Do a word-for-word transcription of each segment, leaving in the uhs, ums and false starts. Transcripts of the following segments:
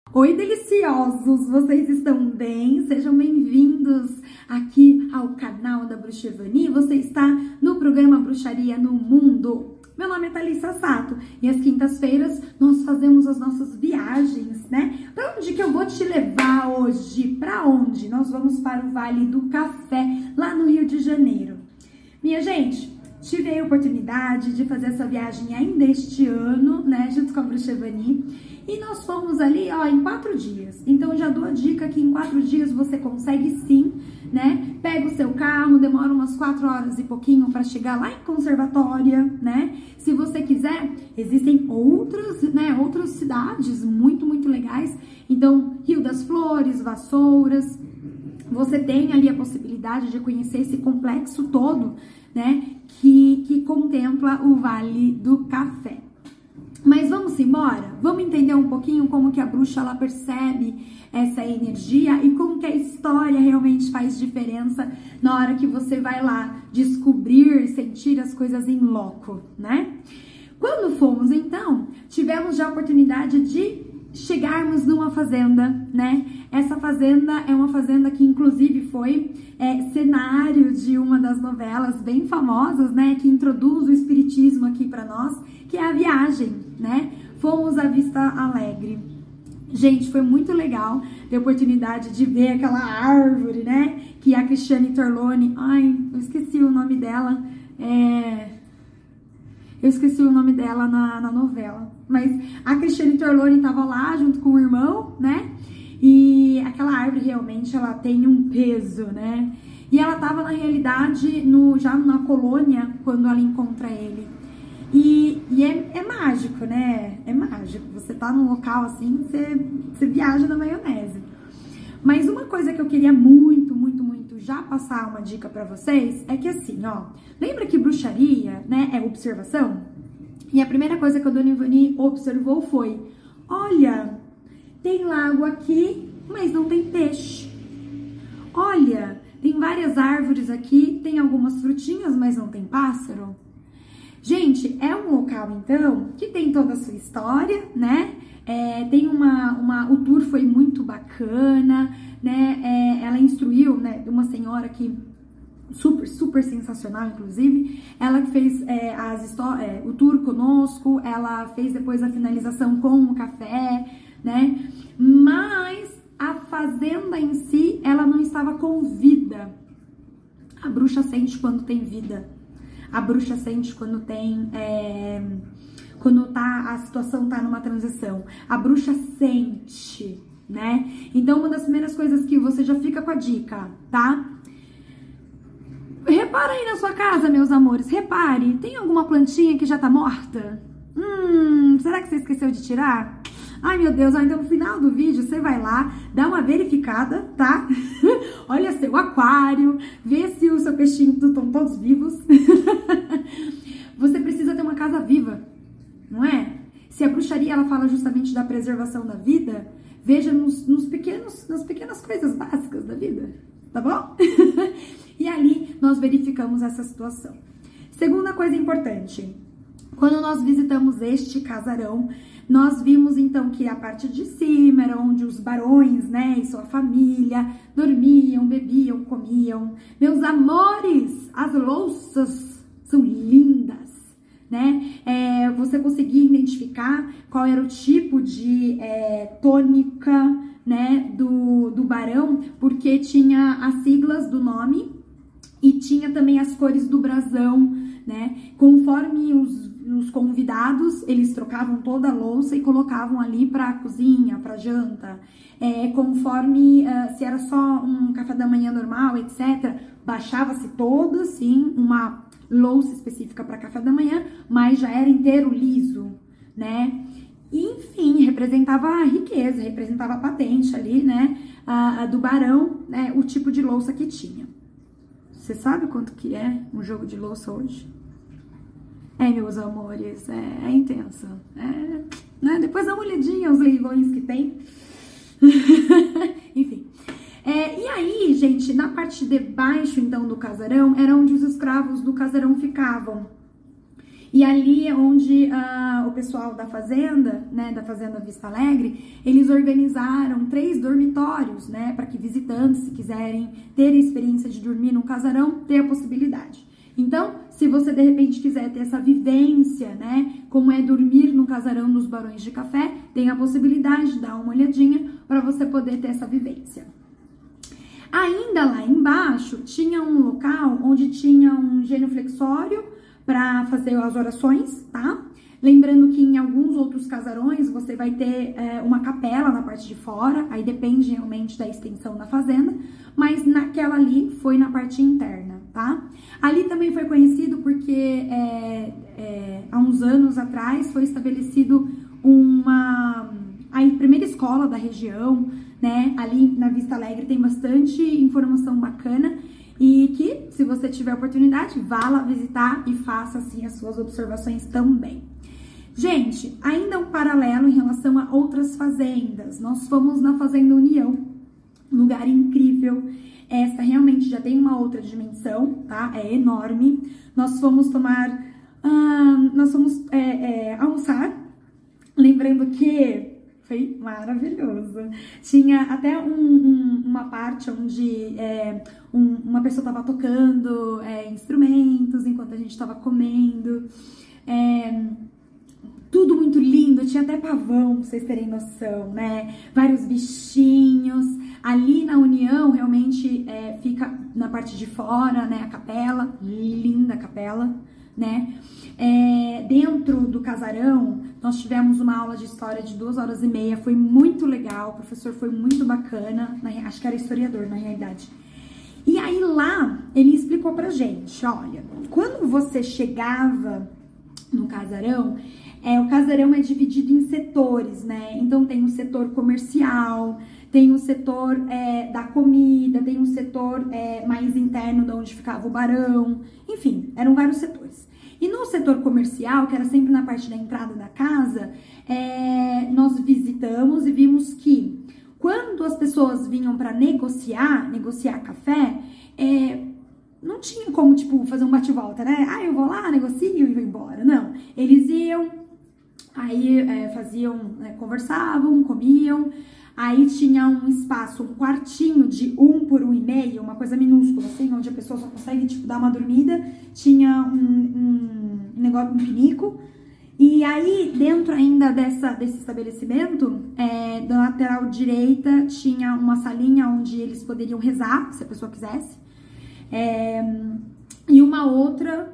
Oi, deliciosos! Vocês estão bem? Sejam bem-vindos aqui ao canal da Bruxa Evani. Você está no programa Bruxaria no Mundo. Meu nome é Thalissa Sato e às quintas-feiras nós fazemos as nossas viagens, né? Para onde que eu vou te levar hoje? Para onde? Nós vamos para o Vale do Café, lá no Rio de Janeiro. Minha gente, tive a oportunidade de fazer essa viagem ainda este ano, né? Junto com a Bruxa Evani. E nós fomos ali, ó, em quatro dias. Então, já dou a dica que em quatro dias você consegue sim, né? Pega o seu carro, demora umas quatro horas e pouquinho para chegar lá em Conservatória, né? Se você quiser, existem outras, né? Outras cidades muito, muito legais. Então, Rio das Flores, Vassouras. Você tem ali a possibilidade de conhecer esse complexo todo, né? Que, que contempla o Vale do Café. Mas vamos embora? Vamos entender um pouquinho como que a bruxa ela percebe essa energia e como que a história realmente faz diferença na hora que você vai lá descobrir, sentir as coisas em loco, né? Quando fomos, então, tivemos já a oportunidade de chegarmos numa fazenda, né? Essa fazenda é uma fazenda que inclusive foi é, cenário de uma das novelas bem famosas, né? Que introduz o espiritismo aqui para nós, que é A Viagem, né? Fomos à Vista Alegre. Gente, foi muito legal ter a oportunidade de ver aquela árvore, né? Que a Cristiane Torlone, ai, eu esqueci o nome dela, é... Eu esqueci o nome dela na, na novela. Mas a Cristiane Torlone estava lá junto com o irmão, né? E aquela árvore realmente ela tem um peso, né? E ela estava na realidade no, já na colônia quando ela encontra ele. E, e é, é mágico, né? É mágico. Você tá num local assim, você, você viaja na maionese. Mas uma coisa que eu queria muito, muito, muito já passar uma dica pra vocês é que assim, ó, lembra que bruxaria, né, é observação? E a primeira coisa que a Dona Evani observou foi, olha, tem lago aqui, mas não tem peixe. Olha, tem várias árvores aqui, tem algumas frutinhas, mas não tem pássaro. Gente, é um local, então, que tem toda a sua história, né? É, tem uma, uma... O tour foi muito bacana, né? É, ela instruiu, né? Uma senhora que... Super, super sensacional, inclusive. Ela que fez é, as é, o tour conosco, ela fez depois a finalização com o café, né? Mas a fazenda em si, ela não estava com vida. A bruxa sente quando tem vida. A bruxa sente quando tem, é, quando tá, a situação tá numa transição. A bruxa sente, né? Então, uma das primeiras coisas que você já fica com a dica, tá? Repara aí na sua casa, meus amores, repare, tem alguma plantinha que já tá morta? Hum, será que você esqueceu de tirar? Ai, meu Deus, ainda no final do vídeo você vai lá, dá uma verificada, tá? Olha seu aquário, vê se o seu peixinho estão todos vivos. Você precisa ter uma casa viva, não é? Se a bruxaria ela fala justamente da preservação da vida, veja nos, nos pequenos, nas pequenas coisas básicas da vida, tá bom? E ali nós verificamos essa situação. Segunda coisa importante, quando nós visitamos este casarão, nós vimos então que a parte de cima era onde os barões, né, e sua família dormiam, bebiam, comiam. Meus amores, as louças são lindas, né? É, você conseguia identificar qual era o tipo de é, tônica, né, do, do barão, porque tinha as siglas do nome e tinha também as cores do brasão, né? Conforme os os convidados, eles trocavam toda a louça e colocavam ali para a cozinha, para janta. É, conforme, uh, se era só um café da manhã normal, etcétera, baixava-se todo, sim, uma louça específica para café da manhã, mas já era inteiro liso, né? E, enfim, representava a riqueza, representava a patente ali, né, a, a do barão, né, o tipo de louça que tinha. Você sabe quanto que é um jogo de louça hoje? É, meus amores, é, é intenso. É, né? Depois dá uma olhadinha aos leilões que tem. Enfim. É, e aí, gente, na parte de baixo, então, do casarão, era onde os escravos do casarão ficavam. E ali é onde uh, o pessoal da fazenda, né, da Fazenda Vista Alegre, eles organizaram três dormitórios, né, para que visitantes, se quiserem ter a experiência de dormir num casarão, tenha a possibilidade. Então, se você de repente quiser ter essa vivência, né, como é dormir num casarão dos Barões de Café, tem a possibilidade de dar uma olhadinha para você poder ter essa vivência. Ainda lá embaixo, tinha um local onde tinha um genuflexório para fazer as orações, tá? Lembrando que em alguns outros casarões você vai ter é, uma capela na parte de fora, aí depende realmente da extensão da fazenda, mas naquela ali foi na parte interna, tá? Ali também foi conhecido porque é, é, há uns anos atrás foi estabelecido uma a primeira escola da região, né? Ali na Vista Alegre tem bastante informação bacana. E que, se você tiver oportunidade, vá lá visitar e faça, assim, as suas observações também. Gente, ainda um paralelo em relação a outras fazendas. Nós fomos na Fazenda União, lugar incrível. Essa realmente já tem uma outra dimensão, tá? É enorme. Nós fomos tomar... Hum, nós fomos é, é, almoçar. Lembrando que... Foi maravilhoso. Tinha até um, um, uma parte onde é, um, uma pessoa estava tocando é, instrumentos enquanto a gente estava comendo. É, tudo muito lindo, tinha até pavão, pra vocês terem noção, né? Vários bichinhos. Ali na União, realmente, é, fica na parte de fora, né? A capela, linda a capela, né? É, dentro do casarão, nós tivemos uma aula de história de duas horas e meia, foi muito legal, o professor foi muito bacana, acho que era historiador na realidade. E aí lá, ele explicou pra gente, olha, quando você chegava no casarão, é, o casarão é dividido em setores, né? Então tem o setor comercial, tem o setor é, da comida, tem o setor é, mais interno de onde ficava o barão, enfim, eram vários setores. E no setor comercial, que era sempre na parte da entrada da casa, é, nós visitamos e vimos que quando as pessoas vinham para negociar, negociar café, é, não tinha como, tipo, fazer um bate-volta, né? Ah, eu vou lá, negocio e vou embora. Não, eles iam, aí é, faziam, né, conversavam, comiam. Aí tinha um espaço, um quartinho de um por um e meio, uma coisa minúscula, assim, onde a pessoa só consegue, tipo, dar uma dormida. Tinha um, um negócio, um pinico. E aí, dentro ainda dessa, desse estabelecimento, é, da lateral direita, tinha uma salinha onde eles poderiam rezar, se a pessoa quisesse. É, e uma outra,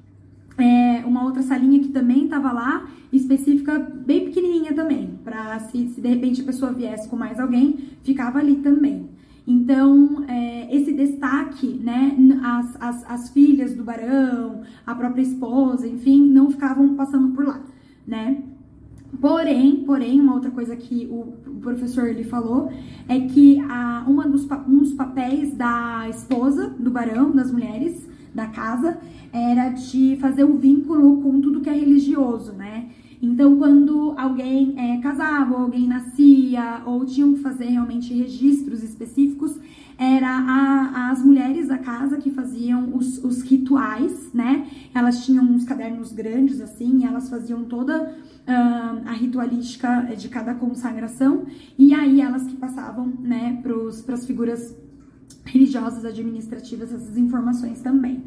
é, uma outra salinha que também estava lá, específica, bem pequenininha também, para se, se de repente a pessoa viesse com mais alguém, ficava ali também. Então, é, esse destaque, né, as, as, as filhas do barão, a própria esposa, enfim, não ficavam passando por lá, né? Porém, porém, uma outra coisa que o, o professor ele falou é que a, uma dos, um dos papéis da esposa do barão, das mulheres da casa, era de fazer o vínculo com tudo que é religioso, né? Então, quando alguém é, casava, ou alguém nascia, ou tinham que fazer realmente registros específicos, era a, as mulheres da casa que faziam os, os rituais, né? Elas tinham uns cadernos grandes, assim, e elas faziam toda uh, a ritualística de cada consagração, e aí elas que passavam, né, para as figuras religiosas, administrativas, essas informações também.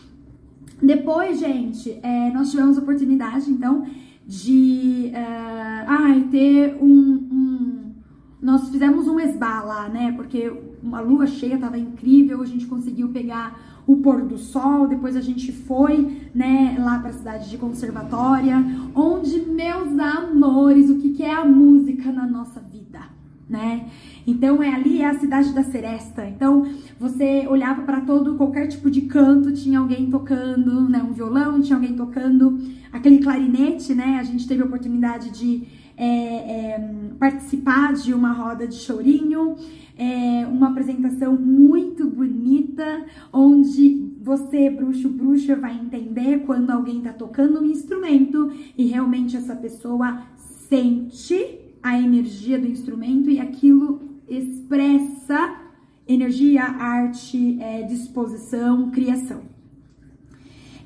Depois, gente, é, nós tivemos a oportunidade, então, de uh, ai, ter um, um... Nós fizemos um esbá lá, né? Porque uma lua cheia tava incrível, a gente conseguiu pegar o pôr do sol, depois a gente foi, né, lá para a cidade de Conservatória, onde, meus amores, o que, que é a música na nossa vida, né? Então, é ali, é a cidade da Seresta. Então, você olhava para todo, qualquer tipo de canto, tinha alguém tocando, né, um violão, tinha alguém tocando aquele clarinete, né? A gente teve a oportunidade de é, é, participar de uma roda de chorinho, é, uma apresentação muito bonita, onde você, bruxo, bruxa, vai entender quando alguém tá tocando um instrumento e realmente essa pessoa sente a energia do instrumento e aquilo expressa energia, arte, é, disposição, criação.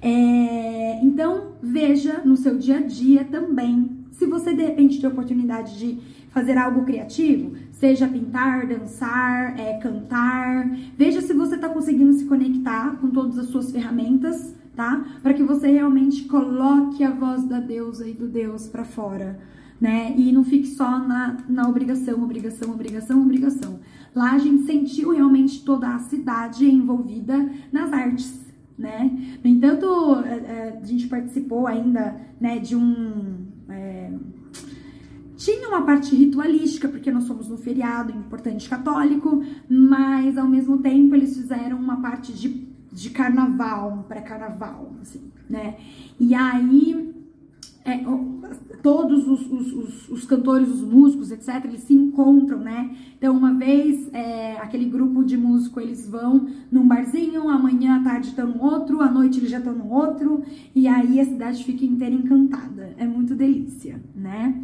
É, então, veja no seu dia a dia também, se você de repente tem a oportunidade de fazer algo criativo, seja pintar, dançar, é, cantar, veja se você está conseguindo se conectar com todas as suas ferramentas, tá? Para que você realmente coloque a voz da deusa e do Deus para fora, né? E não fique só na, na obrigação, obrigação, obrigação, obrigação. Lá a gente sentiu realmente toda a cidade envolvida nas artes, né? No entanto, a gente participou ainda, né, de um... É, tinha uma parte ritualística, porque nós somos no feriado importante católico, mas ao mesmo tempo eles fizeram uma parte de, de carnaval, um pré-carnaval, assim, né? E aí, é, todos os, os, os, os cantores, os músicos, etcétera, eles se encontram, né? Então, uma vez, é, aquele grupo de músico, eles vão num barzinho, amanhã à tarde estão no outro, à noite eles já estão no outro, e aí a cidade fica inteira encantada. É muito delícia, né?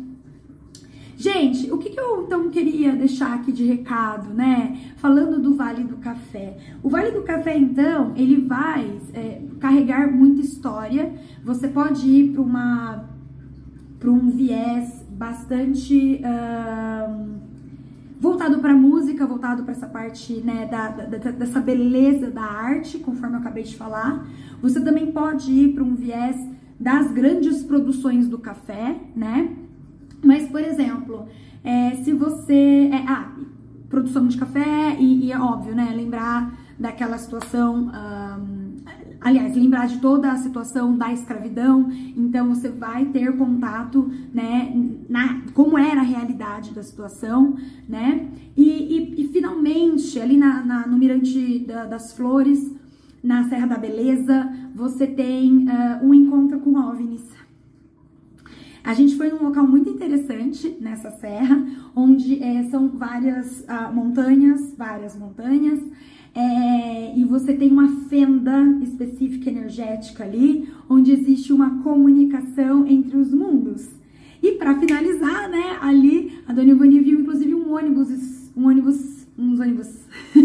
Gente, o que, que eu então queria deixar aqui de recado, né? Falando do Vale do Café. O Vale do Café, então, ele vai é, carregar muita história. Você pode ir para uma para um viés bastante uh, voltado para a música, voltado para essa parte, né, da, da, dessa beleza da arte, conforme eu acabei de falar. Você também pode ir para um viés das grandes produções do café, né? Mas, por exemplo, é, se você... É, ah, produção de café e, e é óbvio, né? Lembrar daquela situação... Um, aliás, lembrar de toda a situação da escravidão. Então, você vai ter contato, né? Na, como era a realidade da situação, né? E, e, e finalmente, ali na, na, no Mirante da, das Flores, na Serra da Beleza, você tem uh, um encontro com OVNIs. A gente foi num local muito interessante nessa serra, onde é, são várias uh, montanhas, várias montanhas, é, e você tem uma fenda específica energética ali, onde existe uma comunicação entre os mundos. E para finalizar, né, ali a Dona Ivani viu inclusive um ônibus, um ônibus, uns ônibus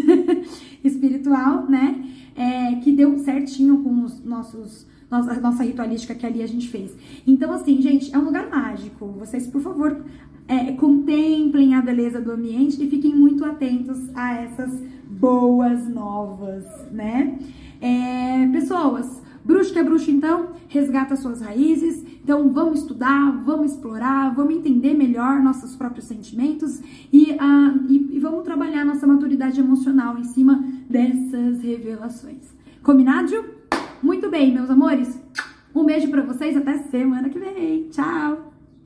espiritual, né, é, que deu certinho com os nossos... Nossa, nossa ritualística que ali a gente fez. Então, assim, gente, é um lugar mágico. Vocês, por favor, é, contemplem a beleza do ambiente e fiquem muito atentos a essas boas novas, né? É, pessoas, bruxo que é bruxo, então, resgata suas raízes. Então, vamos estudar, vamos explorar, vamos entender melhor nossos próprios sentimentos e, uh, e, e vamos trabalhar nossa maturidade emocional em cima dessas revelações. Combinado? Muito bem, meus amores. Um beijo pra vocês. Até semana que vem. Tchau!